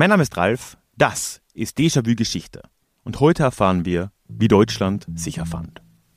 Mein Name ist Ralf, das ist Déjà-vu Geschichte und heute erfahren wir, wie Deutschland sich erfand.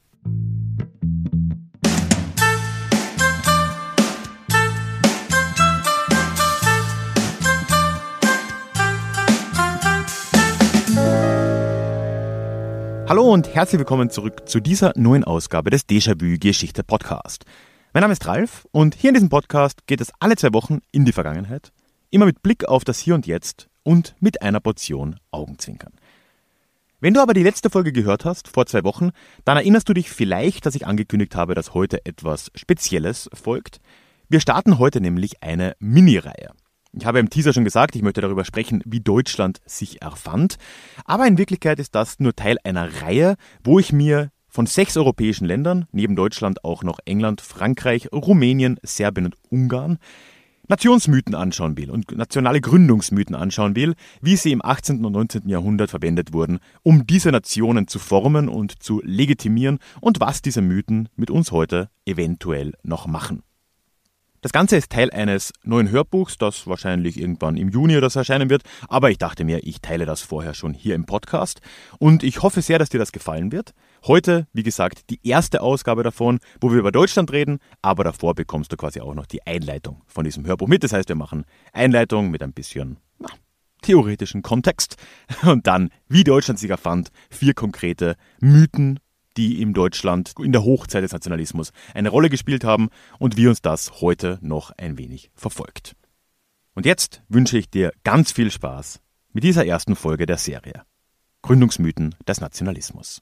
Hallo und herzlich willkommen zurück zu dieser neuen Ausgabe des Déjà-vu Geschichte Podcast. Mein Name ist Ralf und hier in diesem Podcast geht es alle 2 Wochen in die Vergangenheit, immer mit Blick auf das Hier und Jetzt und mit einer Portion Augenzwinkern. Wenn du aber die letzte Folge gehört hast, vor 2 Wochen, dann erinnerst du dich vielleicht, dass ich angekündigt habe, dass heute etwas Spezielles folgt. Wir starten heute nämlich eine Mini-Reihe. Ich habe im Teaser schon gesagt, ich möchte darüber sprechen, wie Deutschland sich erfand. Aber in Wirklichkeit ist das nur Teil einer Reihe, wo ich mir von 6 europäischen Ländern, neben Deutschland auch noch England, Frankreich, Rumänien, Serbien und Ungarn, Nationsmythen anschauen will und nationale Gründungsmythen anschauen will, wie sie im 18. und 19. Jahrhundert verwendet wurden, um diese Nationen zu formen und zu legitimieren und was diese Mythen mit uns heute eventuell noch machen. Das Ganze ist Teil eines neuen Hörbuchs, das wahrscheinlich irgendwann im Juni oder so erscheinen wird, aber ich dachte mir, ich teile das vorher schon hier im Podcast und ich hoffe sehr, dass dir das gefallen wird. Heute, wie gesagt, die erste Ausgabe davon, wo wir über Deutschland reden, aber davor bekommst du quasi auch noch die Einleitung von diesem Hörbuch mit. Das heißt, wir machen Einleitung mit ein bisschen theoretischen Kontext und dann, wie Deutschland sich erfand, 4 konkrete Mythen, die in Deutschland in der Hochzeit des Nationalismus eine Rolle gespielt haben und wie uns das heute noch ein wenig verfolgt. Und jetzt wünsche ich dir ganz viel Spaß mit dieser ersten Folge der Serie Gründungsmythen des Nationalismus.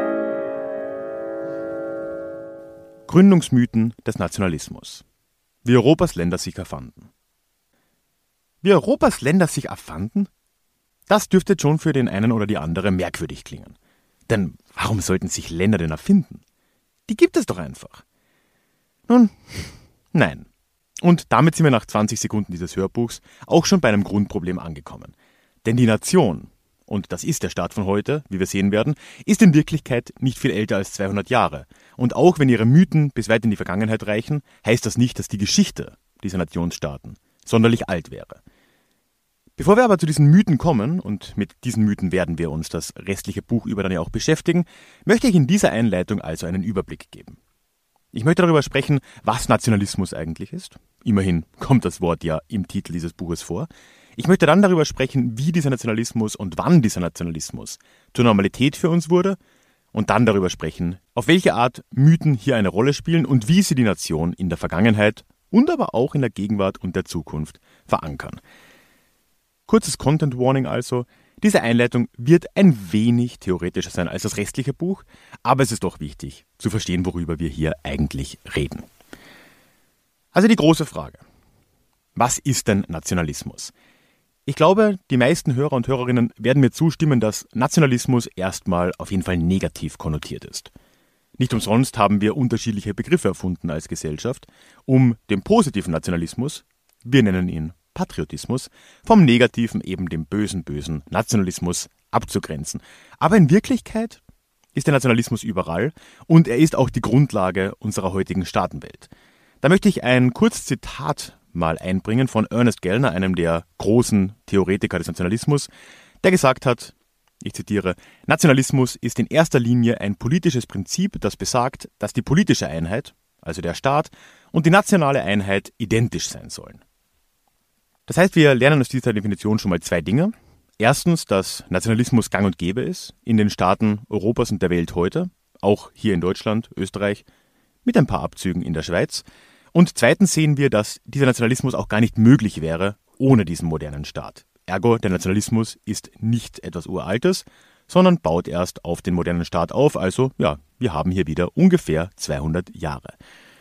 Gründungsmythen des Nationalismus. Wie Europas Länder sich erfanden. Wie Europas Länder sich erfanden? Das dürfte schon für den einen oder die andere merkwürdig klingen. Denn warum sollten sich Länder denn erfinden? Die gibt es doch einfach. Nun, nein. Und damit sind wir nach 20 Sekunden dieses Hörbuchs auch schon bei einem Grundproblem angekommen. Denn die Nation, und das ist der Staat von heute, wie wir sehen werden, ist in Wirklichkeit nicht viel älter als 200 Jahre. Und auch wenn ihre Mythen bis weit in die Vergangenheit reichen, heißt das nicht, dass die Geschichte dieser Nationsstaaten sonderlich alt wäre. Bevor wir aber zu diesen Mythen kommen, und mit diesen Mythen werden wir uns das restliche Buch über dann ja auch beschäftigen, möchte ich in dieser Einleitung also einen Überblick geben. Ich möchte darüber sprechen, was Nationalismus eigentlich ist. Immerhin kommt das Wort ja im Titel dieses Buches vor. Ich möchte dann darüber sprechen, wie dieser Nationalismus und wann dieser Nationalismus zur Normalität für uns wurde und dann darüber sprechen, auf welche Art Mythen hier eine Rolle spielen und wie sie die Nation in der Vergangenheit und aber auch in der Gegenwart und der Zukunft verankern. Kurzes Content Warning also, diese Einleitung wird ein wenig theoretischer sein als das restliche Buch, aber es ist doch wichtig zu verstehen, worüber wir hier eigentlich reden. Also die große Frage, was ist denn Nationalismus? Ich glaube, die meisten Hörer und Hörerinnen werden mir zustimmen, dass Nationalismus erstmal auf jeden Fall negativ konnotiert ist. Nicht umsonst haben wir unterschiedliche Begriffe erfunden als Gesellschaft, um den positiven Nationalismus, wir nennen ihn Patriotismus, vom negativen, eben dem bösen Nationalismus abzugrenzen. Aber in Wirklichkeit ist der Nationalismus überall und er ist auch die Grundlage unserer heutigen Staatenwelt. Da möchte ich ein Kurzzitat mal einbringen von Ernest Gellner, einem der großen Theoretiker des Nationalismus, der gesagt hat, ich zitiere, Nationalismus ist in erster Linie ein politisches Prinzip, das besagt, dass die politische Einheit, also der Staat, und die nationale Einheit identisch sein sollen. Das heißt, wir lernen aus dieser Definition schon mal 2 Dinge. Erstens, dass Nationalismus gang und gäbe ist in den Staaten Europas und der Welt heute, auch hier in Deutschland, Österreich, mit ein paar Abzügen in der Schweiz. Und zweitens sehen wir, dass dieser Nationalismus auch gar nicht möglich wäre ohne diesen modernen Staat. Ergo, der Nationalismus ist nicht etwas Uraltes, sondern baut erst auf den modernen Staat auf. Also, ja, wir haben hier wieder ungefähr 200 Jahre.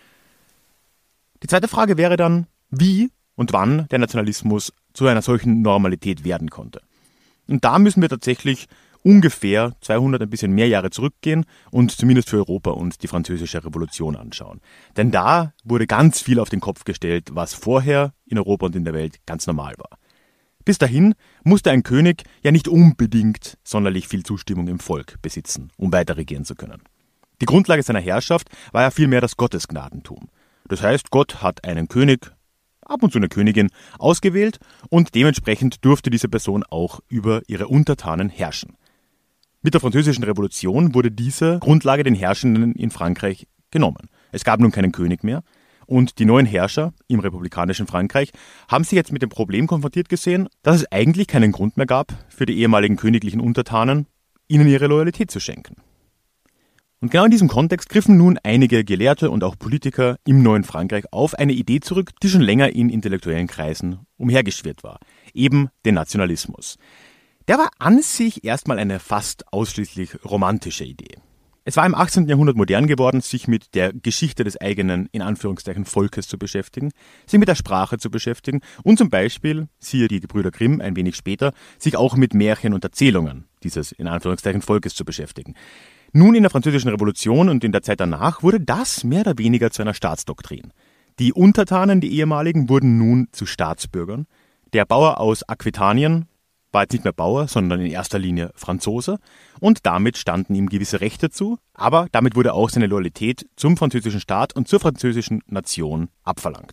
Die zweite Frage wäre dann, wie und wann der Nationalismus zu einer solchen Normalität werden konnte. Und da müssen wir tatsächlich ungefähr 200, ein bisschen mehr Jahre zurückgehen und zumindest für Europa uns die Französische Revolution anschauen. Denn da wurde ganz viel auf den Kopf gestellt, was vorher in Europa und in der Welt ganz normal war. Bis dahin musste ein König ja nicht unbedingt sonderlich viel Zustimmung im Volk besitzen, um weiter regieren zu können. Die Grundlage seiner Herrschaft war ja vielmehr das Gottesgnadentum. Das heißt, Gott hat einen König ab und zu eine Königin, ausgewählt und dementsprechend durfte diese Person auch über ihre Untertanen herrschen. Mit der Französischen Revolution wurde diese Grundlage den Herrschenden in Frankreich genommen. Es gab nun keinen König mehr und die neuen Herrscher im republikanischen Frankreich haben sich jetzt mit dem Problem konfrontiert gesehen, dass es eigentlich keinen Grund mehr gab, für die ehemaligen königlichen Untertanen ihnen ihre Loyalität zu schenken. Und genau in diesem Kontext griffen nun einige Gelehrte und auch Politiker im neuen Frankreich auf eine Idee zurück, die schon länger in intellektuellen Kreisen umhergeschwirrt war, eben den Nationalismus. Der war an sich erstmal eine fast ausschließlich romantische Idee. Es war im 18. Jahrhundert modern geworden, sich mit der Geschichte des eigenen, in Anführungszeichen, Volkes zu beschäftigen, sich mit der Sprache zu beschäftigen und zum Beispiel, siehe die Gebrüder Grimm ein wenig später, sich auch mit Märchen und Erzählungen dieses, in Anführungszeichen, Volkes zu beschäftigen. Nun in der Französischen Revolution und in der Zeit danach wurde das mehr oder weniger zu einer Staatsdoktrin. Die Untertanen, die ehemaligen, wurden nun zu Staatsbürgern. Der Bauer aus Aquitanien war jetzt nicht mehr Bauer, sondern in erster Linie Franzose und damit standen ihm gewisse Rechte zu, aber damit wurde auch seine Loyalität zum französischen Staat und zur französischen Nation abverlangt.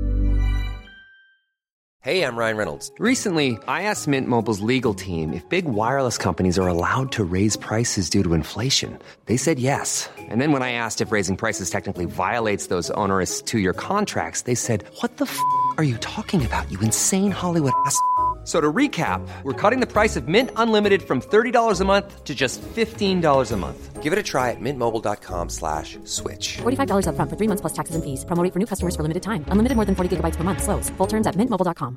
Hey, I'm Ryan Reynolds. Recently, I asked Mint Mobile's legal team if big wireless companies are allowed to raise prices due to inflation. They said yes. And then when I asked if raising prices technically violates those onerous two-year contracts, they said, "What the f*** are you talking about, you insane Hollywood ass?" So to recap, we're cutting the price of Mint Unlimited from $30 a month to just $15 a month. Give it a try at mintmobile.com/switch. $45 up front for 3 months plus taxes and fees. Promo rate for new customers for limited time. Unlimited more than 40 gigabytes per month. Slows full terms at mintmobile.com.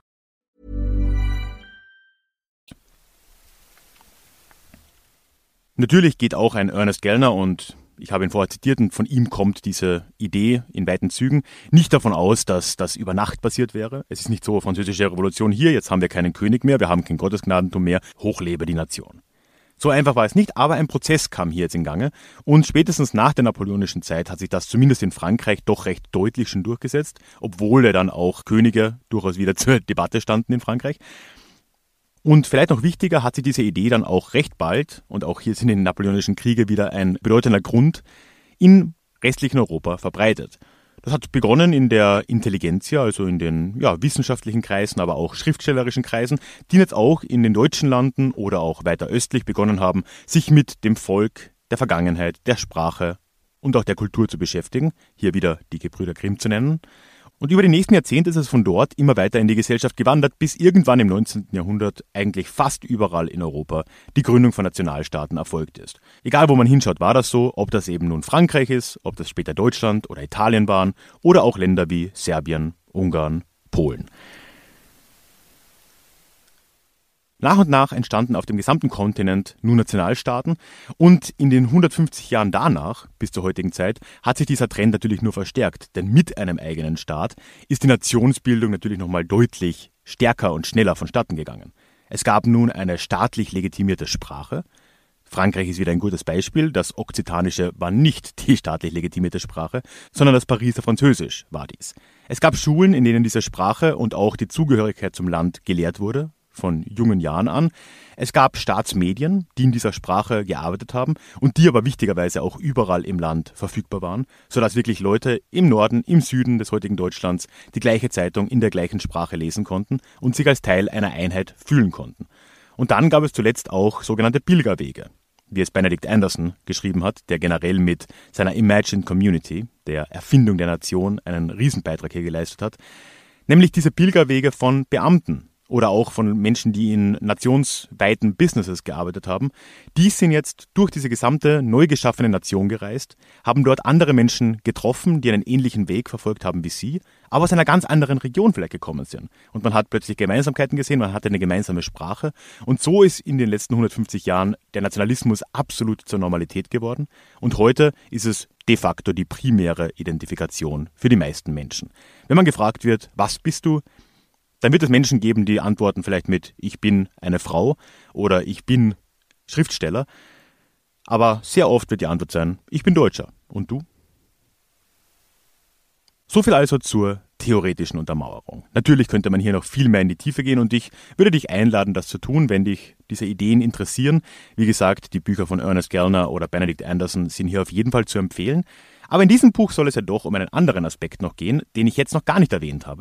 Natürlich geht auch ein Ernest Gellner, und ich habe ihn vorher zitiert, und von ihm kommt diese Idee in weiten Zügen, nicht davon aus, dass das über Nacht passiert wäre. Es ist nicht so, französische Revolution hier, jetzt haben wir keinen König mehr, wir haben kein Gottesgnadentum mehr, hoch lebe die Nation. So einfach war es nicht, aber ein Prozess kam hier jetzt in Gange und spätestens nach der napoleonischen Zeit hat sich das zumindest in Frankreich doch recht deutlich schon durchgesetzt, obwohl dann auch Könige durchaus wieder zur Debatte standen in Frankreich. Und vielleicht noch wichtiger, hat sich diese Idee dann auch recht bald, und auch hier sind in den napoleonischen Kriege wieder ein bedeutender Grund, in restlichen Europa verbreitet. Das hat begonnen in der Intelligentsia, also in den wissenschaftlichen Kreisen, aber auch schriftstellerischen Kreisen, die jetzt auch in den deutschen Landen oder auch weiter östlich begonnen haben, sich mit dem Volk, der Vergangenheit, der Sprache und auch der Kultur zu beschäftigen, hier wieder die Gebrüder Grimm zu nennen. Und über die nächsten Jahrzehnte ist es von dort immer weiter in die Gesellschaft gewandert, bis irgendwann im 19. Jahrhundert eigentlich fast überall in Europa die Gründung von Nationalstaaten erfolgt ist. Egal wo man hinschaut, war das so, ob das eben nun Frankreich ist, ob das später Deutschland oder Italien waren oder auch Länder wie Serbien, Ungarn, Polen. Nach und nach entstanden auf dem gesamten Kontinent nun Nationalstaaten und in den 150 Jahren danach, bis zur heutigen Zeit, hat sich dieser Trend natürlich nur verstärkt. Denn mit einem eigenen Staat ist die Nationsbildung natürlich nochmal deutlich stärker und schneller vonstatten gegangen. Es gab nun eine staatlich legitimierte Sprache. Frankreich ist wieder ein gutes Beispiel. Das Okzitanische war nicht die staatlich legitimierte Sprache, sondern das Pariser Französisch war dies. Es gab Schulen, in denen diese Sprache und auch die Zugehörigkeit zum Land gelehrt wurde, von jungen Jahren an. Es gab Staatsmedien, die in dieser Sprache gearbeitet haben und die aber wichtigerweise auch überall im Land verfügbar waren, sodass wirklich Leute im Norden, im Süden des heutigen Deutschlands die gleiche Zeitung in der gleichen Sprache lesen konnten und sich als Teil einer Einheit fühlen konnten. Und dann gab es zuletzt auch sogenannte Pilgerwege, wie es Benedict Anderson geschrieben hat, der generell mit seiner Imagined Community, der Erfindung der Nation, einen Riesenbeitrag hier geleistet hat, nämlich diese Pilgerwege von Beamten oder auch von Menschen, die in nationsweiten Businesses gearbeitet haben. Die sind jetzt durch diese gesamte neu geschaffene Nation gereist, haben dort andere Menschen getroffen, die einen ähnlichen Weg verfolgt haben wie sie, aber aus einer ganz anderen Region vielleicht gekommen sind. Und man hat plötzlich Gemeinsamkeiten gesehen, man hatte eine gemeinsame Sprache. Und so ist in den letzten 150 Jahren der Nationalismus absolut zur Normalität geworden. Und heute ist es de facto die primäre Identifikation für die meisten Menschen. Wenn man gefragt wird, was bist du? Dann wird es Menschen geben, die antworten vielleicht mit "Ich bin eine Frau" oder "Ich bin Schriftsteller". Aber sehr oft wird die Antwort sein "Ich bin Deutscher". Und du? So viel also zur theoretischen Untermauerung. Natürlich könnte man hier noch viel mehr in die Tiefe gehen und ich würde dich einladen, das zu tun, wenn dich diese Ideen interessieren. Wie gesagt, die Bücher von Ernest Gellner oder Benedict Anderson sind hier auf jeden Fall zu empfehlen. Aber in diesem Buch soll es ja doch um einen anderen Aspekt noch gehen, den ich jetzt noch gar nicht erwähnt habe,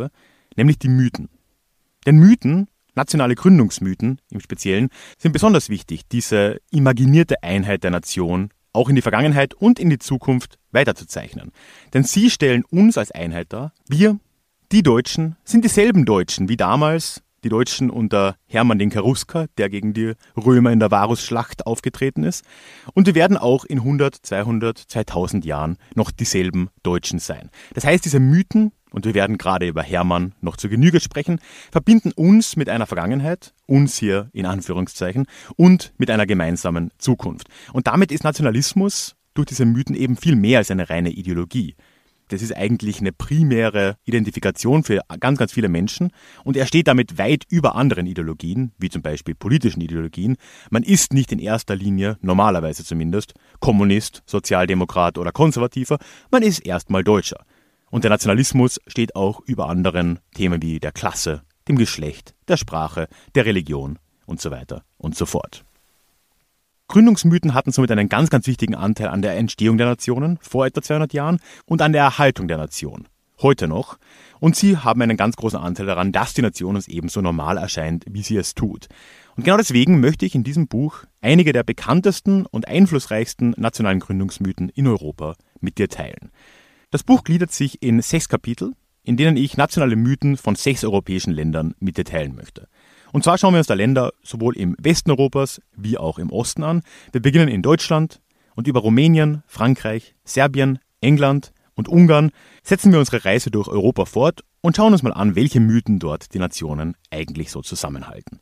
nämlich die Mythen. Denn Mythen, nationale Gründungsmythen im Speziellen, sind besonders wichtig, diese imaginierte Einheit der Nation auch in die Vergangenheit und in die Zukunft weiterzuzeichnen. Denn sie stellen uns als Einheit dar. Wir, die Deutschen, sind dieselben Deutschen wie damals, die Deutschen unter Hermann den Cherusker, der gegen die Römer in der Varusschlacht aufgetreten ist. Und wir werden auch in 100, 200, 2000 Jahren noch dieselben Deutschen sein. Das heißt, diese Mythen, und wir werden gerade über Hermann noch zur Genüge sprechen, verbinden uns mit einer Vergangenheit, uns hier in Anführungszeichen, und mit einer gemeinsamen Zukunft. Und damit ist Nationalismus durch diese Mythen eben viel mehr als eine reine Ideologie. Das ist eigentlich eine primäre Identifikation für ganz, ganz viele Menschen und er steht damit weit über anderen Ideologien, wie zum Beispiel politischen Ideologien. Man ist nicht in erster Linie, normalerweise zumindest, Kommunist, Sozialdemokrat oder Konservativer, man ist erstmal Deutscher. Und der Nationalismus steht auch über anderen Themen wie der Klasse, dem Geschlecht, der Sprache, der Religion und so weiter und so fort. Gründungsmythen hatten somit einen ganz, ganz wichtigen Anteil an der Entstehung der Nationen vor etwa 200 Jahren und an der Erhaltung der Nation, heute noch. Und sie haben einen ganz großen Anteil daran, dass die Nation uns ebenso normal erscheint, wie sie es tut. Und genau deswegen möchte ich in diesem Buch einige der bekanntesten und einflussreichsten nationalen Gründungsmythen in Europa mit dir teilen. Das Buch gliedert sich in 6 Kapitel, in denen ich nationale Mythen von 6 europäischen Ländern mit dir teilen möchte. Und zwar schauen wir uns da Länder sowohl im Westen Europas wie auch im Osten an. Wir beginnen in Deutschland und über Rumänien, Frankreich, Serbien, England und Ungarn setzen wir unsere Reise durch Europa fort und schauen uns mal an, welche Mythen dort die Nationen eigentlich so zusammenhalten.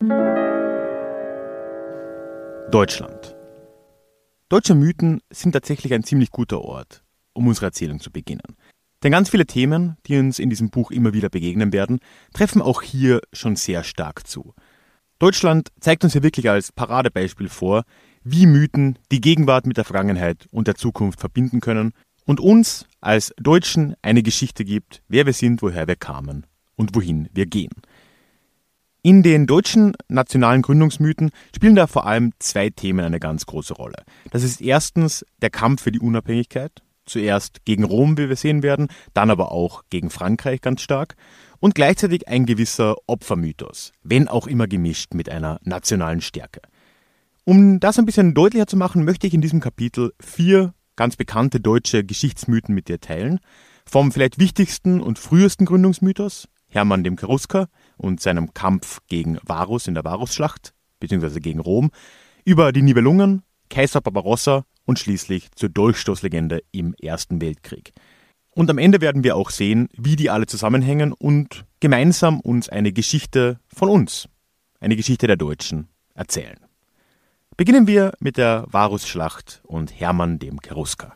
Deutschland. Deutsche Mythen sind tatsächlich ein ziemlich guter Ort, um unsere Erzählung zu beginnen. Denn ganz viele Themen, die uns in diesem Buch immer wieder begegnen werden, treffen auch hier schon sehr stark zu. Deutschland zeigt uns hier wirklich als Paradebeispiel vor, wie Mythen die Gegenwart mit der Vergangenheit und der Zukunft verbinden können und uns als Deutschen eine Geschichte gibt, wer wir sind, woher wir kamen und wohin wir gehen. In den deutschen nationalen Gründungsmythen spielen da vor allem 2 Themen eine ganz große Rolle. Das ist erstens der Kampf für die Unabhängigkeit. Zuerst gegen Rom, wie wir sehen werden, dann aber auch gegen Frankreich ganz stark und gleichzeitig ein gewisser Opfermythos, wenn auch immer gemischt mit einer nationalen Stärke. Um das ein bisschen deutlicher zu machen, möchte ich in diesem Kapitel 4 ganz bekannte deutsche Geschichtsmythen mit dir teilen, vom vielleicht wichtigsten und frühesten Gründungsmythos, Hermann dem Cherusker und seinem Kampf gegen Varus in der Varusschlacht, beziehungsweise gegen Rom, über die Nibelungen, Kaiser Barbarossa und schließlich zur Dolchstoßlegende im Ersten Weltkrieg. Und am Ende werden wir auch sehen, wie die alle zusammenhängen und gemeinsam uns eine Geschichte von uns, eine Geschichte der Deutschen, erzählen. Beginnen wir mit der Varusschlacht und Hermann dem Cherusker.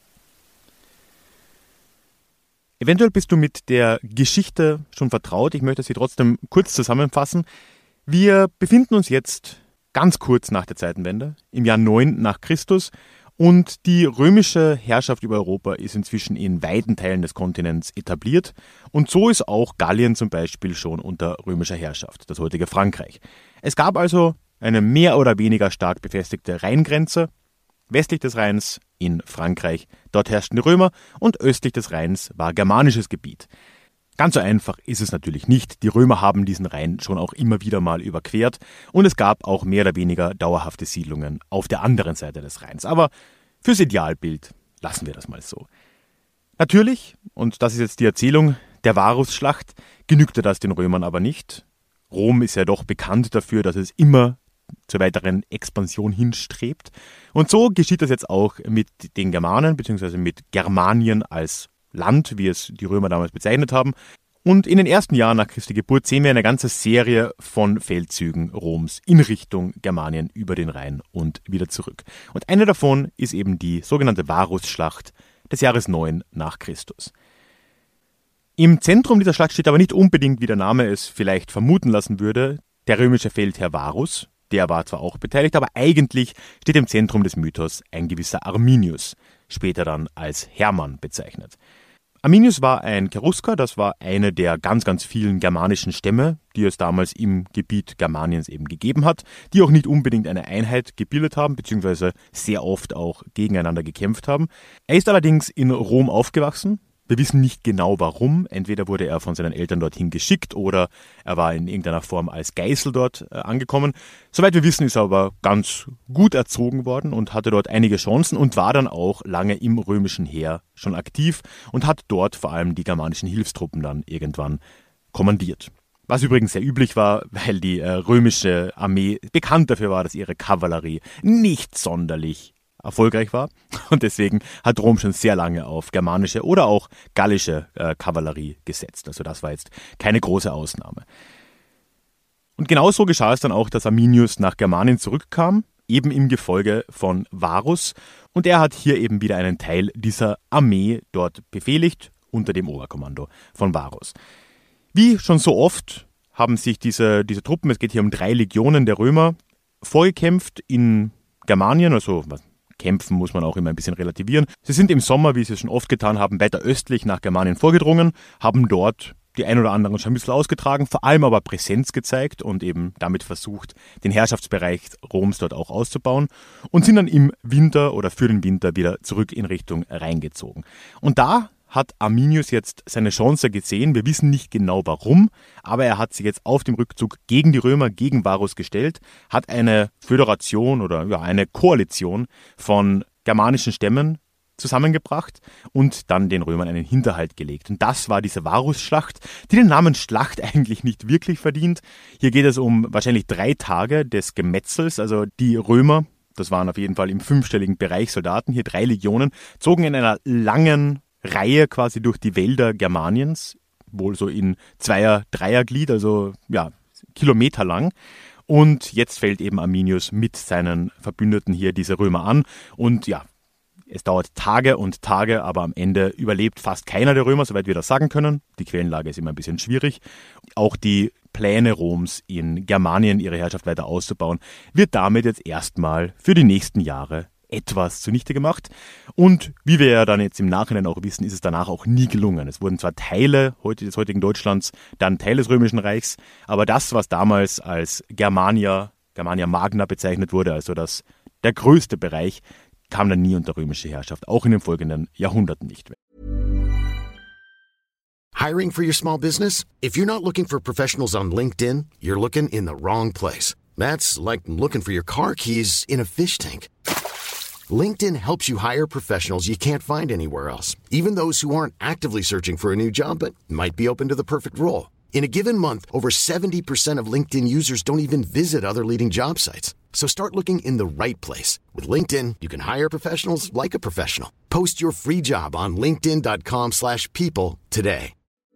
Eventuell bist du mit der Geschichte schon vertraut, ich möchte sie trotzdem kurz zusammenfassen. Wir befinden uns jetzt ganz kurz nach der Zeitenwende, im Jahr 9 nach Christus, und die römische Herrschaft über Europa ist inzwischen in weiten Teilen des Kontinents etabliert und so ist auch Gallien zum Beispiel schon unter römischer Herrschaft, das heutige Frankreich. Es gab also eine mehr oder weniger stark befestigte Rheingrenze, westlich des Rheins in Frankreich, dort herrschten die Römer und östlich des Rheins war germanisches Gebiet. Ganz so einfach ist es natürlich nicht. Die Römer haben diesen Rhein schon auch immer wieder mal überquert und es gab auch mehr oder weniger dauerhafte Siedlungen auf der anderen Seite des Rheins. Aber fürs Idealbild lassen wir das mal so. Natürlich, und das ist jetzt die Erzählung der Varusschlacht, genügte das den Römern aber nicht. Rom ist ja doch bekannt dafür, dass es immer zur weiteren Expansion hinstrebt. Und so geschieht das jetzt auch mit den Germanen, beziehungsweise mit Germanien als Land, wie es die Römer damals bezeichnet haben. Und in den ersten Jahren nach Christi Geburt sehen wir eine ganze Serie von Feldzügen Roms in Richtung Germanien über den Rhein und wieder zurück. Und eine davon ist eben die sogenannte Varusschlacht des Jahres 9 nach Christus. Im Zentrum dieser Schlacht steht aber nicht unbedingt, wie der Name es vielleicht vermuten lassen würde, der römische Feldherr Varus. Der war zwar auch beteiligt, aber eigentlich steht im Zentrum des Mythos ein gewisser Arminius, später dann als Hermann bezeichnet. Arminius war ein Cherusker, das war eine der ganz, ganz vielen germanischen Stämme, die es damals im Gebiet Germaniens eben gegeben hat, die auch nicht unbedingt eine Einheit gebildet haben, beziehungsweise sehr oft auch gegeneinander gekämpft haben. Er ist allerdings in Rom aufgewachsen, Wir wissen nicht genau warum. Entweder wurde er von seinen Eltern dorthin geschickt oder er war in irgendeiner Form als Geisel dort angekommen. Soweit wir wissen, ist er aber ganz gut erzogen worden und hatte dort einige Chancen und war dann auch lange im römischen Heer schon aktiv und hat dort vor allem die germanischen Hilfstruppen dann irgendwann kommandiert. Was übrigens sehr üblich war, weil die römische Armee bekannt dafür war, dass ihre Kavallerie nicht sonderlich erfolgreich war. Und deswegen hat Rom schon sehr lange auf germanische oder auch gallische Kavallerie gesetzt. Also das war jetzt keine große Ausnahme. Und genauso geschah es dann auch, dass Arminius nach Germanien zurückkam, eben im Gefolge von Varus. Und er hat hier eben wieder einen Teil dieser Armee dort befehligt, unter dem Oberkommando von Varus. Wie schon so oft haben sich diese Truppen, es geht hier um 3 Legionen der Römer, vorgekämpft in Germanien, also kämpfen muss man auch immer ein bisschen relativieren. Sie sind im Sommer, wie sie es schon oft getan haben, weiter östlich nach Germanien vorgedrungen, haben dort die ein oder anderen Scharmützel ausgetragen, vor allem aber Präsenz gezeigt und eben damit versucht, den Herrschaftsbereich Roms dort auch auszubauen und sind dann im Winter oder für den Winter wieder zurück in Richtung Rhein gezogen. Und da hat Arminius jetzt seine Chance gesehen. Wir wissen nicht genau warum, aber er hat sich jetzt auf dem Rückzug gegen die Römer, gegen Varus gestellt, hat eine Föderation oder eine Koalition von germanischen Stämmen zusammengebracht und dann den Römern einen Hinterhalt gelegt. Und das war diese Varusschlacht, die den Namen Schlacht eigentlich nicht wirklich verdient. Hier geht es um wahrscheinlich 3 Tage des Gemetzels, also die Römer, das waren auf jeden Fall im 5-stelligen Bereich Soldaten, hier 3 Legionen, zogen in einer langen Reihe quasi durch die Wälder Germaniens, wohl so in Zweier-Dreierglied, also kilometerlang. Und jetzt fällt eben Arminius mit seinen Verbündeten hier diese Römer an. Und es dauert Tage und Tage, aber am Ende überlebt fast keiner der Römer, soweit wir das sagen können. Die Quellenlage ist immer ein bisschen schwierig. Auch die Pläne Roms in Germanien, ihre Herrschaft weiter auszubauen, wird damit jetzt erstmal für die nächsten Jahre etwas zunichte gemacht. Und wie wir ja dann jetzt im Nachhinein auch wissen, ist es danach auch nie gelungen. Es wurden zwar Teile des heutigen Deutschlands, dann Teil des Römischen Reichs, aber das, was damals als Germania Magna bezeichnet wurde, also der größte Bereich, kam dann nie unter römische Herrschaft, auch in den folgenden Jahrhunderten nicht mehr. Hiring for your small business? If you're not looking for professionals on LinkedIn, you're looking in the wrong place. That's like looking for your car keys in a fish tank. LinkedIn helps you hire professionals you can't find anywhere else, even those who aren't actively searching for a new job but might be open to the perfect role. In a given month, over 70% of LinkedIn users don't even visit other leading job sites. So start looking in the right place. With LinkedIn, you can hire professionals like a professional. Post your free job on linkedin.com/people today.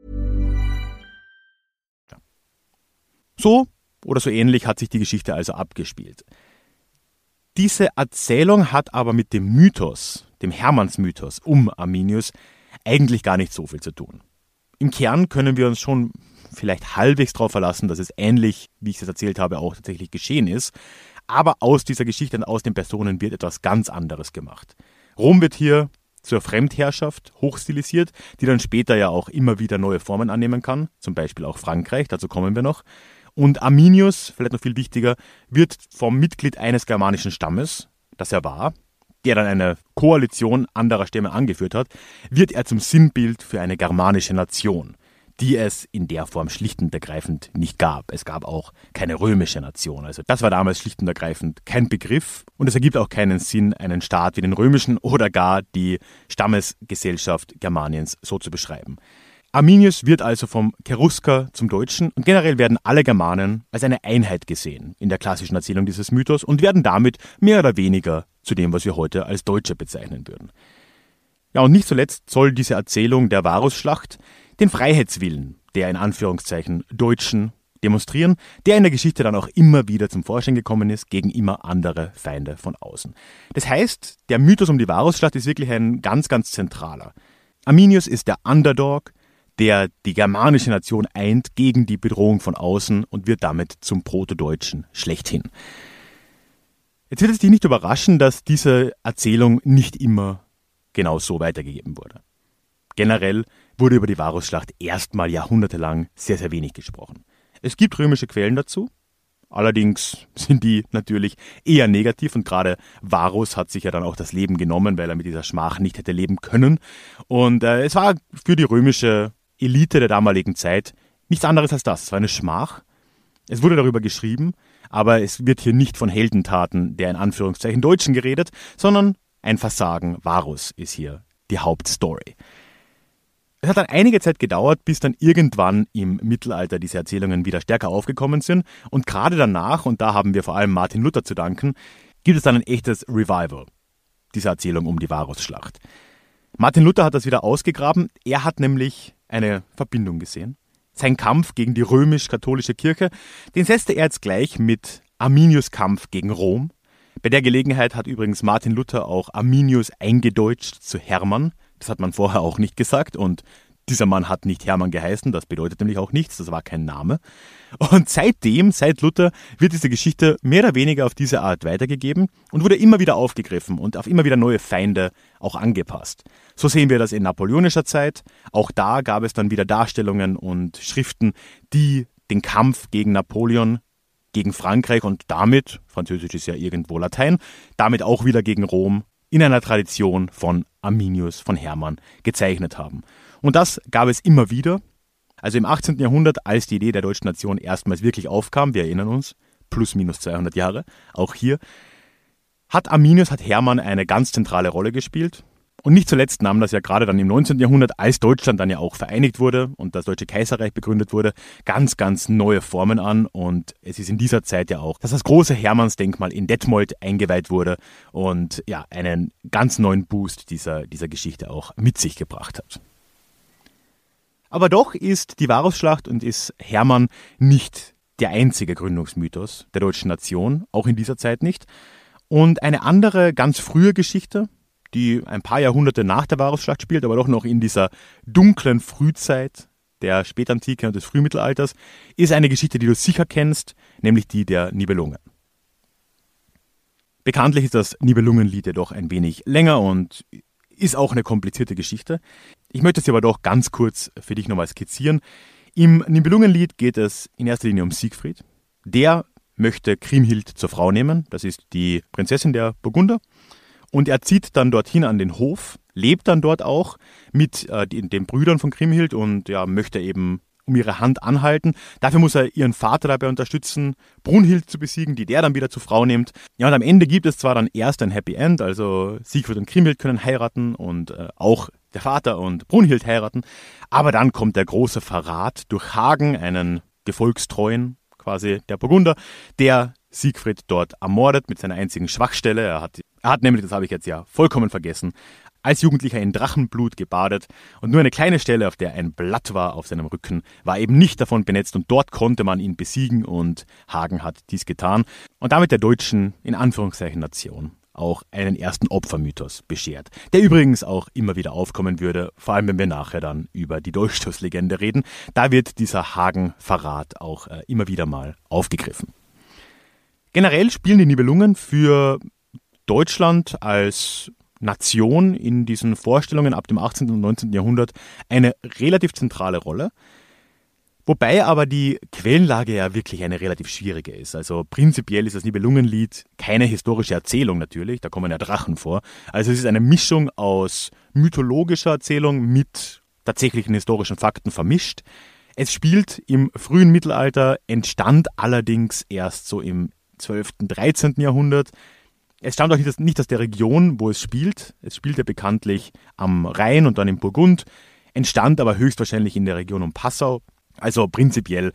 So oder so ähnlich hat sich die Geschichte also abgespielt. Diese Erzählung hat aber mit dem Mythos, dem Hermannsmythos um Arminius, eigentlich gar nicht so viel zu tun. Im Kern können wir uns schon vielleicht halbwegs darauf verlassen, dass es ähnlich, wie ich es erzählt habe, auch tatsächlich geschehen ist. Aber aus dieser Geschichte und aus den Personen wird etwas ganz anderes gemacht. Rom wird hier zur Fremdherrschaft hochstilisiert, die dann später ja auch immer wieder neue Formen annehmen kann, zum Beispiel auch Frankreich, dazu kommen wir noch. Und Arminius, vielleicht noch viel wichtiger, wird vom Mitglied eines germanischen Stammes, das er war, der dann eine Koalition anderer Stämme angeführt hat, wird er zum Sinnbild für eine germanische Nation, die es in der Form schlicht und ergreifend nicht gab. Es gab auch keine römische Nation. Also das war damals schlicht und ergreifend kein Begriff und es ergibt auch keinen Sinn, einen Staat wie den römischen oder gar die Stammesgesellschaft Germaniens so zu beschreiben. Arminius wird also vom Cherusker zum Deutschen und generell werden alle Germanen als eine Einheit gesehen in der klassischen Erzählung dieses Mythos und werden damit mehr oder weniger zu dem, was wir heute als Deutsche bezeichnen würden. Ja, und nicht zuletzt soll diese Erzählung der Varusschlacht den Freiheitswillen der in Anführungszeichen Deutschen demonstrieren, der in der Geschichte dann auch immer wieder zum Vorschein gekommen ist gegen immer andere Feinde von außen. Das heißt, der Mythos um die Varusschlacht ist wirklich ein ganz, ganz zentraler. Arminius ist der Underdog, der die germanische Nation eint gegen die Bedrohung von außen und wird damit zum Protodeutschen schlechthin. Jetzt wird es dich nicht überraschen, dass diese Erzählung nicht immer genau so weitergegeben wurde. Generell wurde über die Varusschlacht erstmal jahrhundertelang sehr, sehr wenig gesprochen. Es gibt römische Quellen dazu, Allerdings sind die natürlich eher negativ und gerade Varus hat sich ja dann auch das Leben genommen, weil er mit dieser Schmach nicht hätte leben können. Und es war für die römische Elite der damaligen Zeit nichts anderes als das. Es war eine Schmach. Es wurde darüber geschrieben, aber es wird hier nicht von Heldentaten der in Anführungszeichen Deutschen geredet, sondern ein Versagen Varus ist hier die Hauptstory. Es hat dann einige Zeit gedauert, bis dann irgendwann im Mittelalter diese Erzählungen wieder stärker aufgekommen sind. Und gerade danach, und da haben wir vor allem Martin Luther zu danken, gibt es dann ein echtes Revival dieser Erzählung um die Varusschlacht. Martin Luther hat das wieder ausgegraben. Er hat nämlich eine Verbindung gesehen. Sein Kampf gegen die römisch-katholische Kirche, den setzte er jetzt gleich mit Arminius' Kampf gegen Rom. Bei der Gelegenheit hat übrigens Martin Luther auch Arminius eingedeutscht zu Hermann. Das hat man vorher auch nicht gesagt und dieser Mann hat nicht Hermann geheißen, das bedeutet nämlich auch nichts, das war kein Name. Und seitdem, seit Luther, wird diese Geschichte mehr oder weniger auf diese Art weitergegeben und wurde immer wieder aufgegriffen und auf immer wieder neue Feinde auch angepasst. So sehen wir das in napoleonischer Zeit. Auch da gab es dann wieder Darstellungen und Schriften, die den Kampf gegen Napoleon, gegen Frankreich und damit, Französisch ist ja irgendwo Latein, damit auch wieder gegen Rom in einer Tradition von Arminius, von Hermann gezeichnet haben. Und das gab es immer wieder. Also im 18. Jahrhundert, als die Idee der deutschen Nation erstmals wirklich aufkam, wir erinnern uns, plus minus 200 Jahre, auch hier, hat Hermann eine ganz zentrale Rolle gespielt. Und nicht zuletzt nahm das ja gerade dann im 19. Jahrhundert, als Deutschland dann ja auch vereinigt wurde und das Deutsche Kaiserreich begründet wurde, ganz, ganz neue Formen an. Und es ist in dieser Zeit ja auch, dass das große Hermannsdenkmal in Detmold eingeweiht wurde und ja, einen ganz neuen Boost dieser Geschichte auch mit sich gebracht hat. Aber doch ist die Varusschlacht und ist Hermann nicht der einzige Gründungsmythos der deutschen Nation, auch in dieser Zeit nicht. Und eine andere, ganz frühe Geschichte, die ein paar Jahrhunderte nach der Varusschlacht spielt, aber doch noch in dieser dunklen Frühzeit der Spätantike und des Frühmittelalters, ist eine Geschichte, die du sicher kennst, nämlich die der Nibelungen. Bekanntlich ist das Nibelungenlied jedoch ein wenig länger und ist auch eine komplizierte Geschichte. Ich möchte sie aber doch ganz kurz für dich nochmal skizzieren. Im Nibelungenlied geht es in erster Linie um Siegfried. Der möchte Kriemhild zur Frau nehmen, das ist die Prinzessin der Burgunder. Und er zieht dann dorthin an den Hof, lebt dann dort auch mit den Brüdern von Kriemhild und ja, möchte eben um ihre Hand anhalten. Dafür muss er ihren Vater dabei unterstützen, Brunhild zu besiegen, die der dann wieder zur Frau nimmt. Ja, und am Ende gibt es zwar dann erst ein Happy End, also Siegfried und Kriemhild können heiraten und auch der Vater und Brunhild heiraten. Aber dann kommt der große Verrat durch Hagen, einen gefolgstreuen quasi der Burgunder, der Siegfried dort ermordet mit seiner einzigen Schwachstelle. Er hat nämlich, das habe ich jetzt ja vollkommen vergessen, als Jugendlicher in Drachenblut gebadet und nur eine kleine Stelle, auf der ein Blatt war auf seinem Rücken, war eben nicht davon benetzt und dort konnte man ihn besiegen und Hagen hat dies getan und damit der deutschen, in Anführungszeichen, Nation auch einen ersten Opfermythos beschert, der übrigens auch immer wieder aufkommen würde, vor allem wenn wir nachher dann über die Dolchstoßlegende reden. Da wird dieser Hagen-Verrat auch immer wieder mal aufgegriffen. Generell spielen die Nibelungen für Deutschland als Nation in diesen Vorstellungen ab dem 18. und 19. Jahrhundert eine relativ zentrale Rolle. Wobei aber die Quellenlage ja wirklich eine relativ schwierige ist. Also prinzipiell ist das Nibelungenlied keine historische Erzählung natürlich, da kommen ja Drachen vor. Also es ist eine Mischung aus mythologischer Erzählung mit tatsächlichen historischen Fakten vermischt. Es spielt im frühen Mittelalter, entstand allerdings erst so im 12., 13. Jahrhundert. Es stammt auch nicht aus der Region, wo es spielt. Es spielte bekanntlich am Rhein und dann im Burgund, entstand aber höchstwahrscheinlich in der Region um Passau. Also prinzipiell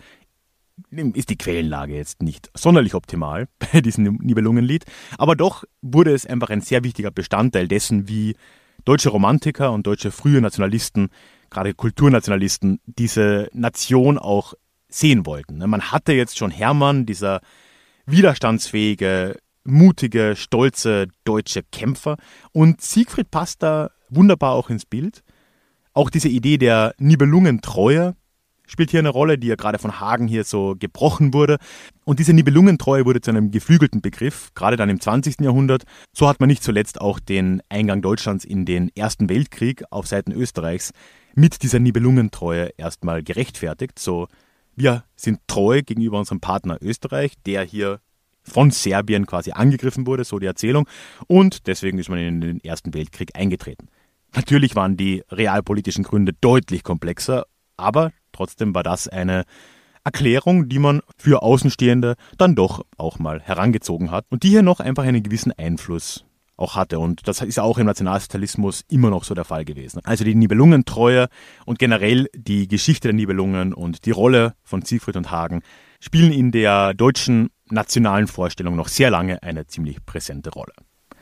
ist die Quellenlage jetzt nicht sonderlich optimal bei diesem Nibelungenlied, aber doch wurde es einfach ein sehr wichtiger Bestandteil dessen, wie deutsche Romantiker und deutsche frühe Nationalisten, gerade Kulturnationalisten, diese Nation auch sehen wollten. Man hatte jetzt schon Hermann, dieser widerstandsfähige, mutige, stolze deutsche Kämpfer und Siegfried passt da wunderbar auch ins Bild. Auch diese Idee der Nibelungentreue spielt hier eine Rolle, die ja gerade von Hagen hier so gebrochen wurde. Und diese Nibelungentreue wurde zu einem geflügelten Begriff, gerade dann im 20. Jahrhundert. So hat man nicht zuletzt auch den Eingang Deutschlands in den Ersten Weltkrieg auf Seiten Österreichs mit dieser Nibelungentreue erstmal gerechtfertigt. So Wir sind treu gegenüber unserem Partner Österreich, der hier von Serbien quasi angegriffen wurde, so die Erzählung. Und deswegen ist man in den Ersten Weltkrieg eingetreten. Natürlich waren die realpolitischen Gründe deutlich komplexer, aber trotzdem war das eine Erklärung, die man für Außenstehende dann doch auch mal herangezogen hat und die hier noch einfach einen gewissen Einfluss auch hatte. Und das ist auch im Nationalsozialismus immer noch so der Fall gewesen. Also die Nibelungentreue und generell die Geschichte der Nibelungen und die Rolle von Siegfried und Hagen spielen in der deutschen nationalen Vorstellung noch sehr lange eine ziemlich präsente Rolle.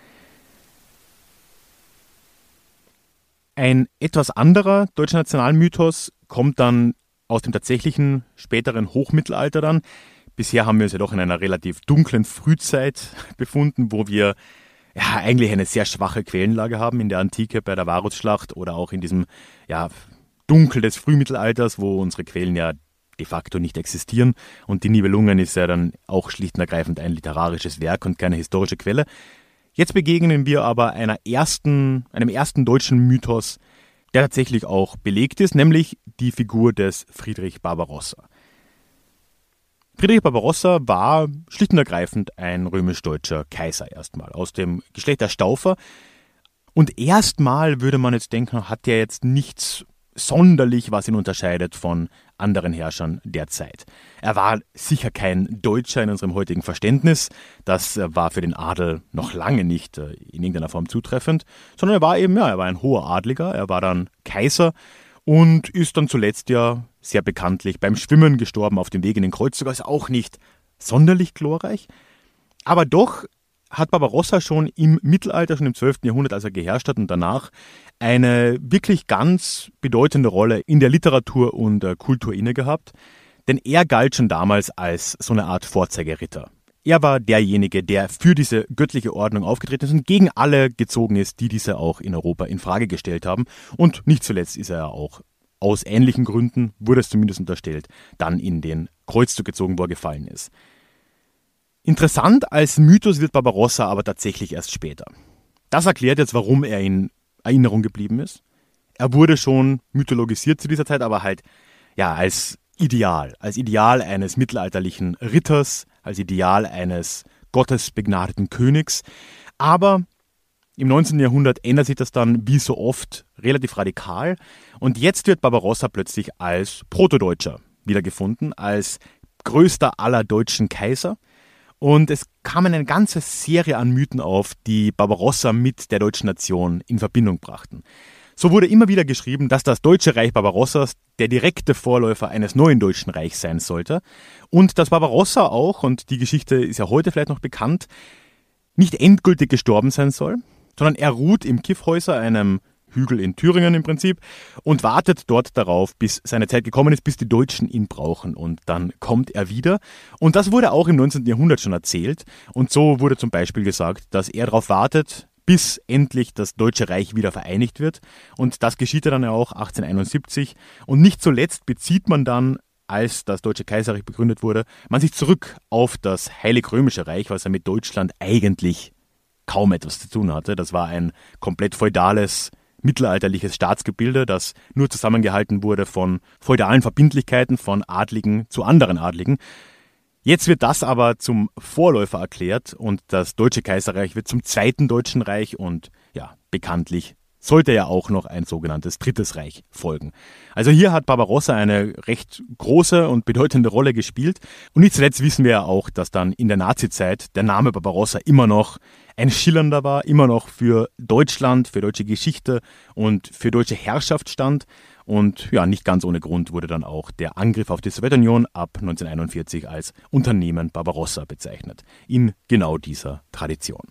Ein etwas anderer deutscher Nationalmythos kommt dann aus dem tatsächlichen späteren Hochmittelalter dann. Bisher haben wir uns ja doch in einer relativ dunklen Frühzeit befunden, wo wir eigentlich eine sehr schwache Quellenlage haben in der Antike bei der Varusschlacht oder auch in diesem Dunkel des Frühmittelalters, wo unsere Quellen ja de facto nicht existieren. Und die Nibelungen ist ja dann auch schlicht und ergreifend ein literarisches Werk und keine historische Quelle. Jetzt begegnen wir aber einem ersten deutschen Mythos, der tatsächlich auch belegt ist, nämlich die Figur des Friedrich Barbarossa. Friedrich Barbarossa war schlicht und ergreifend ein römisch-deutscher Kaiser erstmal, aus dem Geschlecht der Staufer. Und erstmal würde man jetzt denken, hat er jetzt nichts sonderlich, was ihn unterscheidet von anderen Herrschern der Zeit. Er war sicher kein Deutscher in unserem heutigen Verständnis. Das war für den Adel noch lange nicht in irgendeiner Form zutreffend, sondern er war ein hoher Adliger, er war dann Kaiser und ist dann zuletzt ja sehr bekanntlich beim Schwimmen gestorben auf dem Weg in den Kreuzzug, also auch nicht sonderlich glorreich. Aber doch hat Barbarossa schon im Mittelalter, schon im 12. Jahrhundert, als er geherrscht hat und danach, eine wirklich ganz bedeutende Rolle in der Literatur und Kultur inne gehabt. Denn er galt schon damals als so eine Art Vorzeigeritter. Er war derjenige, der für diese göttliche Ordnung aufgetreten ist und gegen alle gezogen ist, die diese auch in Europa in Frage gestellt haben. Und nicht zuletzt ist er ja auch aus ähnlichen Gründen, wurde es zumindest unterstellt, dann in den Kreuzzug gezogen, wo er gefallen ist. Interessant als Mythos wird Barbarossa aber tatsächlich erst später. Das erklärt jetzt, warum er in Erinnerung geblieben ist. Er wurde schon mythologisiert zu dieser Zeit, aber halt als Ideal eines mittelalterlichen Ritters, als Ideal eines gottesbegnadeten Königs. Aber im 19. Jahrhundert ändert sich das dann wie so oft relativ radikal und jetzt wird Barbarossa plötzlich als Protodeutscher wiedergefunden, als größter aller deutschen Kaiser. Und es kam eine ganze Serie an Mythen auf, die Barbarossa mit der deutschen Nation in Verbindung brachten. So wurde immer wieder geschrieben, dass das Deutsche Reich Barbarossas der direkte Vorläufer eines neuen Deutschen Reichs sein sollte. Und dass Barbarossa auch, und die Geschichte ist ja heute vielleicht noch bekannt, nicht endgültig gestorben sein soll, sondern er ruht im Kyffhäuser, einem Hügel in Thüringen im Prinzip, und wartet dort darauf, bis seine Zeit gekommen ist, bis die Deutschen ihn brauchen. Und dann kommt er wieder. Und das wurde auch im 19. Jahrhundert schon erzählt. Und so wurde zum Beispiel gesagt, dass er darauf wartet, bis endlich das Deutsche Reich wieder vereinigt wird. Und das geschieht dann auch 1871. Und nicht zuletzt bezieht man dann, als das Deutsche Kaiserreich begründet wurde, man sich zurück auf das Heilig-Römische Reich, was ja mit Deutschland eigentlich kaum etwas zu tun hatte. Das war ein komplett feudales mittelalterliches Staatsgebilde, das nur zusammengehalten wurde von feudalen Verbindlichkeiten von Adligen zu anderen Adligen. Jetzt wird das aber zum Vorläufer erklärt und das Deutsche Kaiserreich wird zum Zweiten Deutschen Reich und bekanntlich sollte ja auch noch ein sogenanntes Drittes Reich folgen. Also hier hat Barbarossa eine recht große und bedeutende Rolle gespielt. Und nicht zuletzt wissen wir ja auch, dass dann in der Nazizeit der Name Barbarossa immer noch ein schillernder war, immer noch für Deutschland, für deutsche Geschichte und für deutsche Herrschaft stand. Und nicht ganz ohne Grund wurde dann auch der Angriff auf die Sowjetunion ab 1941 als Unternehmen Barbarossa bezeichnet. In genau dieser Tradition.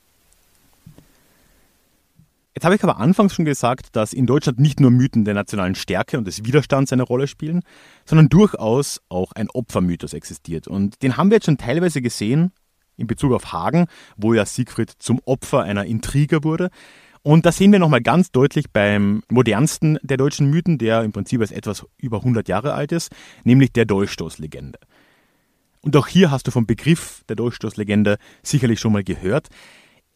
Jetzt habe ich aber anfangs schon gesagt, dass in Deutschland nicht nur Mythen der nationalen Stärke und des Widerstands eine Rolle spielen, sondern durchaus auch ein Opfermythos existiert. Und den haben wir jetzt schon teilweise gesehen in Bezug auf Hagen, wo ja Siegfried zum Opfer einer Intrige wurde. Und das sehen wir nochmal ganz deutlich beim modernsten der deutschen Mythen, der im Prinzip erst etwas über 100 Jahre alt ist, nämlich der Dolchstoßlegende. Und auch hier hast du vom Begriff der Dolchstoßlegende sicherlich schon mal gehört.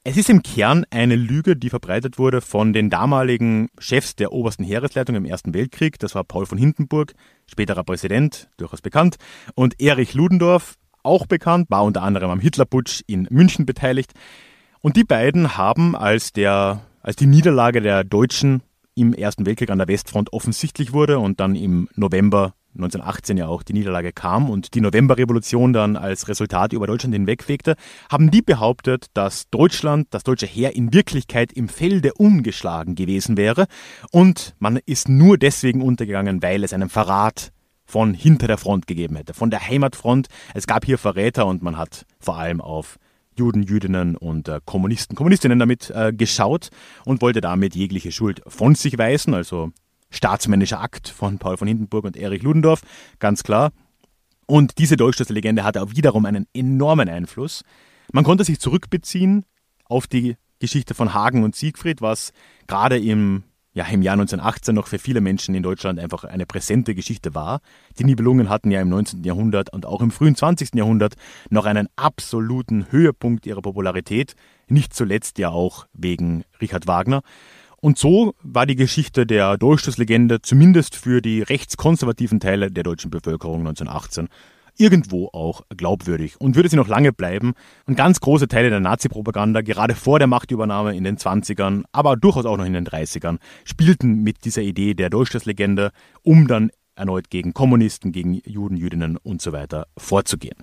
Es ist im Kern eine Lüge, die verbreitet wurde von den damaligen Chefs der obersten Heeresleitung im Ersten Weltkrieg. Das war Paul von Hindenburg, späterer Präsident, durchaus bekannt, und Erich Ludendorff, auch bekannt, war unter anderem am Hitlerputsch in München beteiligt. Und die beiden haben, als die Niederlage der Deutschen im Ersten Weltkrieg an der Westfront offensichtlich wurde und dann im November 1918 ja auch die Niederlage kam und die Novemberrevolution dann als Resultat über Deutschland hinwegfegte, haben die behauptet, dass Deutschland, das deutsche Heer in Wirklichkeit im Felde ungeschlagen gewesen wäre und man ist nur deswegen untergegangen, weil es einen Verrat von hinter der Front gegeben hätte, von der Heimatfront. Es gab hier Verräter und man hat vor allem auf Juden, Jüdinnen und Kommunistinnen damit geschaut und wollte damit jegliche Schuld von sich weisen, also staatsmännischer Akt von Paul von Hindenburg und Erich Ludendorff, ganz klar. Und diese Dolchstoßlegende hatte auch wiederum einen enormen Einfluss. Man konnte sich zurückbeziehen auf die Geschichte von Hagen und Siegfried, was gerade im Jahr 1918 noch für viele Menschen in Deutschland einfach eine präsente Geschichte war. Die Nibelungen hatten ja im 19. Jahrhundert und auch im frühen 20. Jahrhundert noch einen absoluten Höhepunkt ihrer Popularität, nicht zuletzt ja auch wegen Richard Wagner. Und so war die Geschichte der Dolchstoßlegende zumindest für die rechtskonservativen Teile der deutschen Bevölkerung 1918 irgendwo auch glaubwürdig und würde sie noch lange bleiben. Und ganz große Teile der Nazi-Propaganda, gerade vor der Machtübernahme in den 20ern, aber durchaus auch noch in den 30ern, spielten mit dieser Idee der Dolchstoßlegende, um dann erneut gegen Kommunisten, gegen Juden, Jüdinnen und so weiter vorzugehen.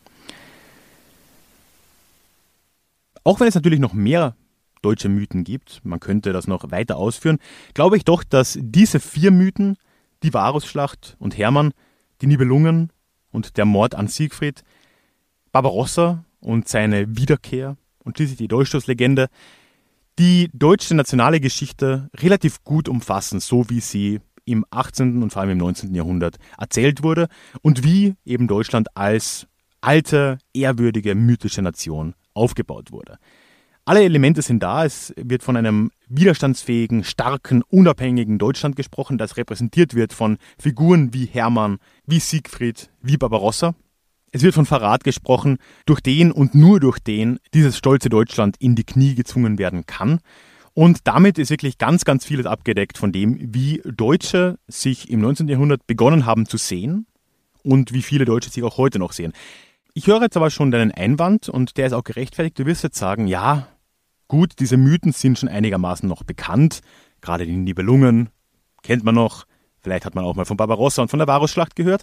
Auch wenn es natürlich noch mehr deutsche Mythen gibt, man könnte das noch weiter ausführen, glaube ich doch, dass diese 4 Mythen, die Varusschlacht und Hermann, die Nibelungen und der Mord an Siegfried, Barbarossa und seine Wiederkehr und schließlich die Dolchstoßlegende, die deutsche nationale Geschichte relativ gut umfassen, so wie sie im 18. und vor allem im 19. Jahrhundert erzählt wurde und wie eben Deutschland als alte, ehrwürdige, mythische Nation aufgebaut wurde. Alle Elemente sind da. Es wird von einem widerstandsfähigen, starken, unabhängigen Deutschland gesprochen, das repräsentiert wird von Figuren wie Hermann, wie Siegfried, wie Barbarossa. Es wird von Verrat gesprochen, durch den und nur durch den dieses stolze Deutschland in die Knie gezwungen werden kann. Und damit ist wirklich ganz, ganz vieles abgedeckt von dem, wie Deutsche sich im 19. Jahrhundert begonnen haben zu sehen und wie viele Deutsche sich auch heute noch sehen. Ich höre jetzt aber schon deinen Einwand und der ist auch gerechtfertigt. Du wirst jetzt sagen, ja, gut, diese Mythen sind schon einigermaßen noch bekannt. Gerade die Nibelungen kennt man noch. Vielleicht hat man auch mal von Barbarossa und von der Varusschlacht gehört.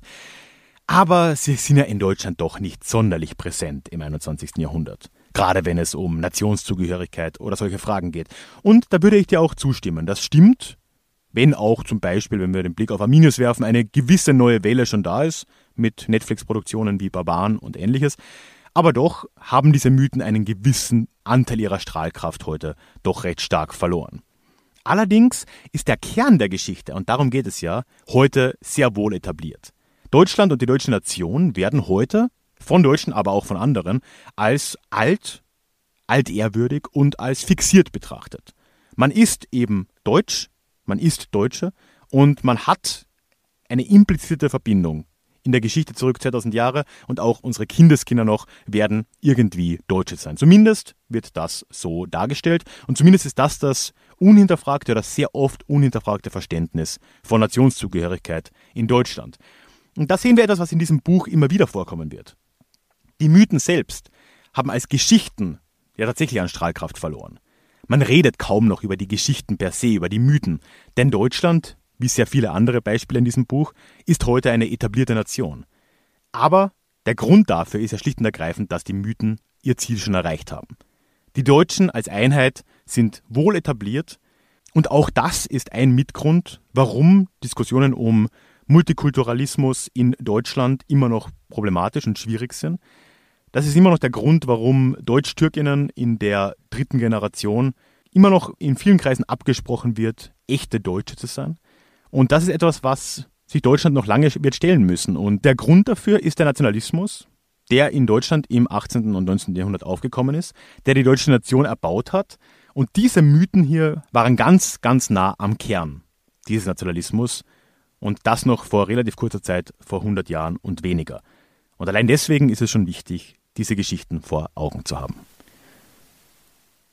Aber sie sind ja in Deutschland doch nicht sonderlich präsent im 21. Jahrhundert. Gerade wenn es um Nationszugehörigkeit oder solche Fragen geht. Und da würde ich dir auch zustimmen. Das stimmt, wenn auch zum Beispiel, wenn wir den Blick auf Arminius werfen, eine gewisse neue Welle schon da ist, mit Netflix-Produktionen wie Barbaren und ähnliches. Aber doch haben diese Mythen einen gewissen Anteil ihrer Strahlkraft heute doch recht stark verloren. Allerdings ist der Kern der Geschichte, und darum geht es ja, heute sehr wohl etabliert. Deutschland und die deutsche Nation werden heute von Deutschen, aber auch von anderen, als altehrwürdig und als fixiert betrachtet. Man ist eben deutsch, man ist Deutsche und man hat eine implizite Verbindung in der Geschichte zurück 2000 Jahre und auch unsere Kindeskinder noch werden irgendwie Deutsche sein. Zumindest wird das so dargestellt und zumindest ist das unhinterfragte oder sehr oft unhinterfragte Verständnis von Nationszugehörigkeit in Deutschland. Und da sehen wir etwas, was in diesem Buch immer wieder vorkommen wird. Die Mythen selbst haben als Geschichten ja tatsächlich an Strahlkraft verloren. Man redet kaum noch über die Geschichten per se, über die Mythen, denn Deutschland, wie sehr viele andere Beispiele in diesem Buch, ist heute eine etablierte Nation. Aber der Grund dafür ist ja schlicht und ergreifend, dass die Mythen ihr Ziel schon erreicht haben. Die Deutschen als Einheit sind wohl etabliert und auch das ist ein Mitgrund, warum Diskussionen um Multikulturalismus in Deutschland immer noch problematisch und schwierig sind. Das ist immer noch der Grund, warum Deutsch-Türkinnen in der 3. Generation immer noch in vielen Kreisen abgesprochen wird, echte Deutsche zu sein. Und das ist etwas, was sich Deutschland noch lange wird stellen müssen. Und der Grund dafür ist der Nationalismus, der in Deutschland im 18. und 19. Jahrhundert aufgekommen ist, der die deutsche Nation erbaut hat. Und diese Mythen hier waren ganz, ganz nah am Kern dieses Nationalismus. Und das noch vor relativ kurzer Zeit, vor 100 Jahren und weniger. Und allein deswegen ist es schon wichtig, diese Geschichten vor Augen zu haben.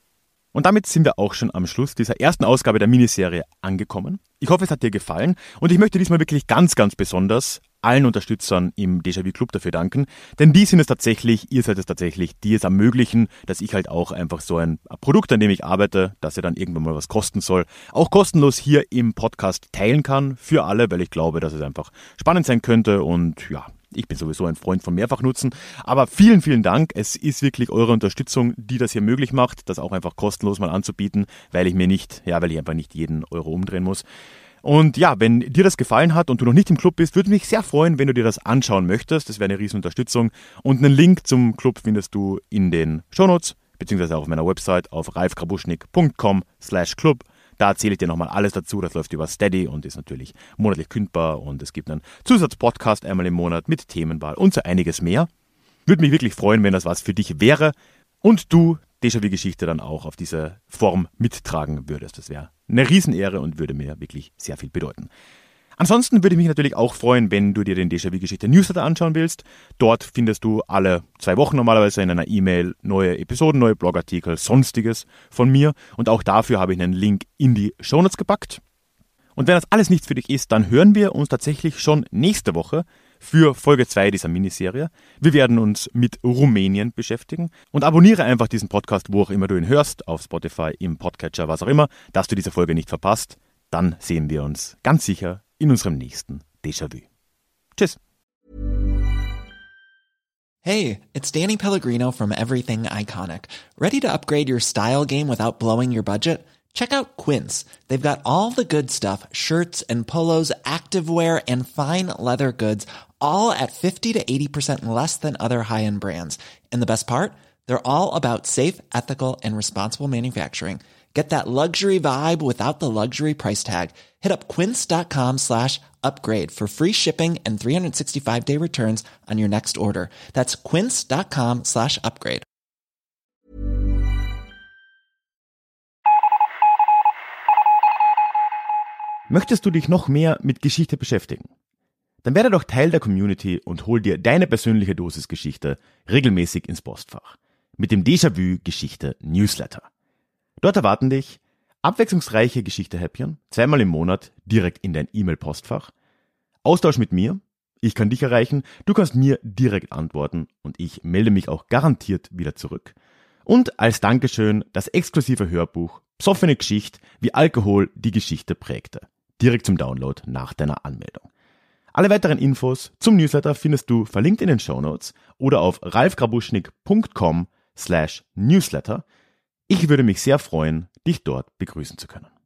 Und damit sind wir auch schon am Schluss dieser ersten Ausgabe der Miniserie angekommen. Ich hoffe, es hat dir gefallen und ich möchte diesmal wirklich ganz, ganz besonders allen Unterstützern im Déjà-vu Club dafür danken, denn die sind es tatsächlich, ihr seid es tatsächlich, die es ermöglichen, dass ich halt auch einfach so ein Produkt, an dem ich arbeite, dass er dann irgendwann mal was kosten soll, auch kostenlos hier im Podcast teilen kann für alle, weil ich glaube, dass es einfach spannend sein könnte und ja, ich bin sowieso ein Freund von Mehrfachnutzen, aber vielen, vielen Dank. Es ist wirklich eure Unterstützung, die das hier möglich macht, das auch einfach kostenlos mal anzubieten, weil ich einfach nicht jeden Euro umdrehen muss. Und ja, wenn dir das gefallen hat und du noch nicht im Club bist, würde mich sehr freuen, wenn du dir das anschauen möchtest. Das wäre eine riesen Unterstützung. Und einen Link zum Club findest du in den Shownotes, beziehungsweise auf meiner Website auf ralfgrabuschnik.com/club. Da erzähle ich dir nochmal alles dazu. Das läuft über Steady und ist natürlich monatlich kündbar. Und es gibt einen Zusatzpodcast einmal im Monat mit Themenwahl und so einiges mehr. Würde mich wirklich freuen, wenn das was für dich wäre und du Déjà-vu-Geschichte dann auch auf diese Form mittragen würdest. Das wäre eine Riesenehre und würde mir wirklich sehr viel bedeuten. Ansonsten würde ich mich natürlich auch freuen, wenn du dir den Déjà-vu-Geschichte-Newsletter anschauen willst. Dort findest du alle 2 Wochen normalerweise in einer E-Mail neue Episoden, neue Blogartikel, Sonstiges von mir. Und auch dafür habe ich einen Link in die Shownotes gepackt. Und wenn das alles nichts für dich ist, dann hören wir uns tatsächlich schon nächste Woche für Folge 2 dieser Miniserie. Wir werden uns mit Rumänien beschäftigen. Und abonniere einfach diesen Podcast, wo auch immer du ihn hörst, auf Spotify, im Podcatcher, was auch immer, dass du diese Folge nicht verpasst. Dann sehen wir uns ganz sicher in unserem nächsten Déjà-vu. Tschüss. Hey, it's Danny Pellegrino from Everything Iconic. Ready to upgrade your style game without blowing your budget? Check out Quince. They've got all the good stuff, shirts and polos, activewear and fine leather goods, all at 50 to 80% less than other high-end brands. And the best part? They're all about safe, ethical and responsible manufacturing. Get that luxury vibe without the luxury price tag. Hit up quince.com/upgrade for free shipping and 365-day returns on your next order. That's quince.com/upgrade. Möchtest du dich noch mehr mit Geschichte beschäftigen? Dann werde doch Teil der Community und hol dir deine persönliche Dosis Geschichte regelmäßig ins Postfach. Mit dem Déjà-vu Geschichte Newsletter. Dort erwarten dich abwechslungsreiche Geschichte-Häppchen, 2-mal im Monat direkt in dein E-Mail-Postfach. Austausch mit mir, ich kann dich erreichen, du kannst mir direkt antworten und ich melde mich auch garantiert wieder zurück. Und als Dankeschön das exklusive Hörbuch Psoffene Geschichte, wie Alkohol die Geschichte prägte. Direkt zum Download nach deiner Anmeldung. Alle weiteren Infos zum Newsletter findest du verlinkt in den Shownotes oder auf ralfgrabuschnik.com/newsletter. Ich würde mich sehr freuen, dich dort begrüßen zu können.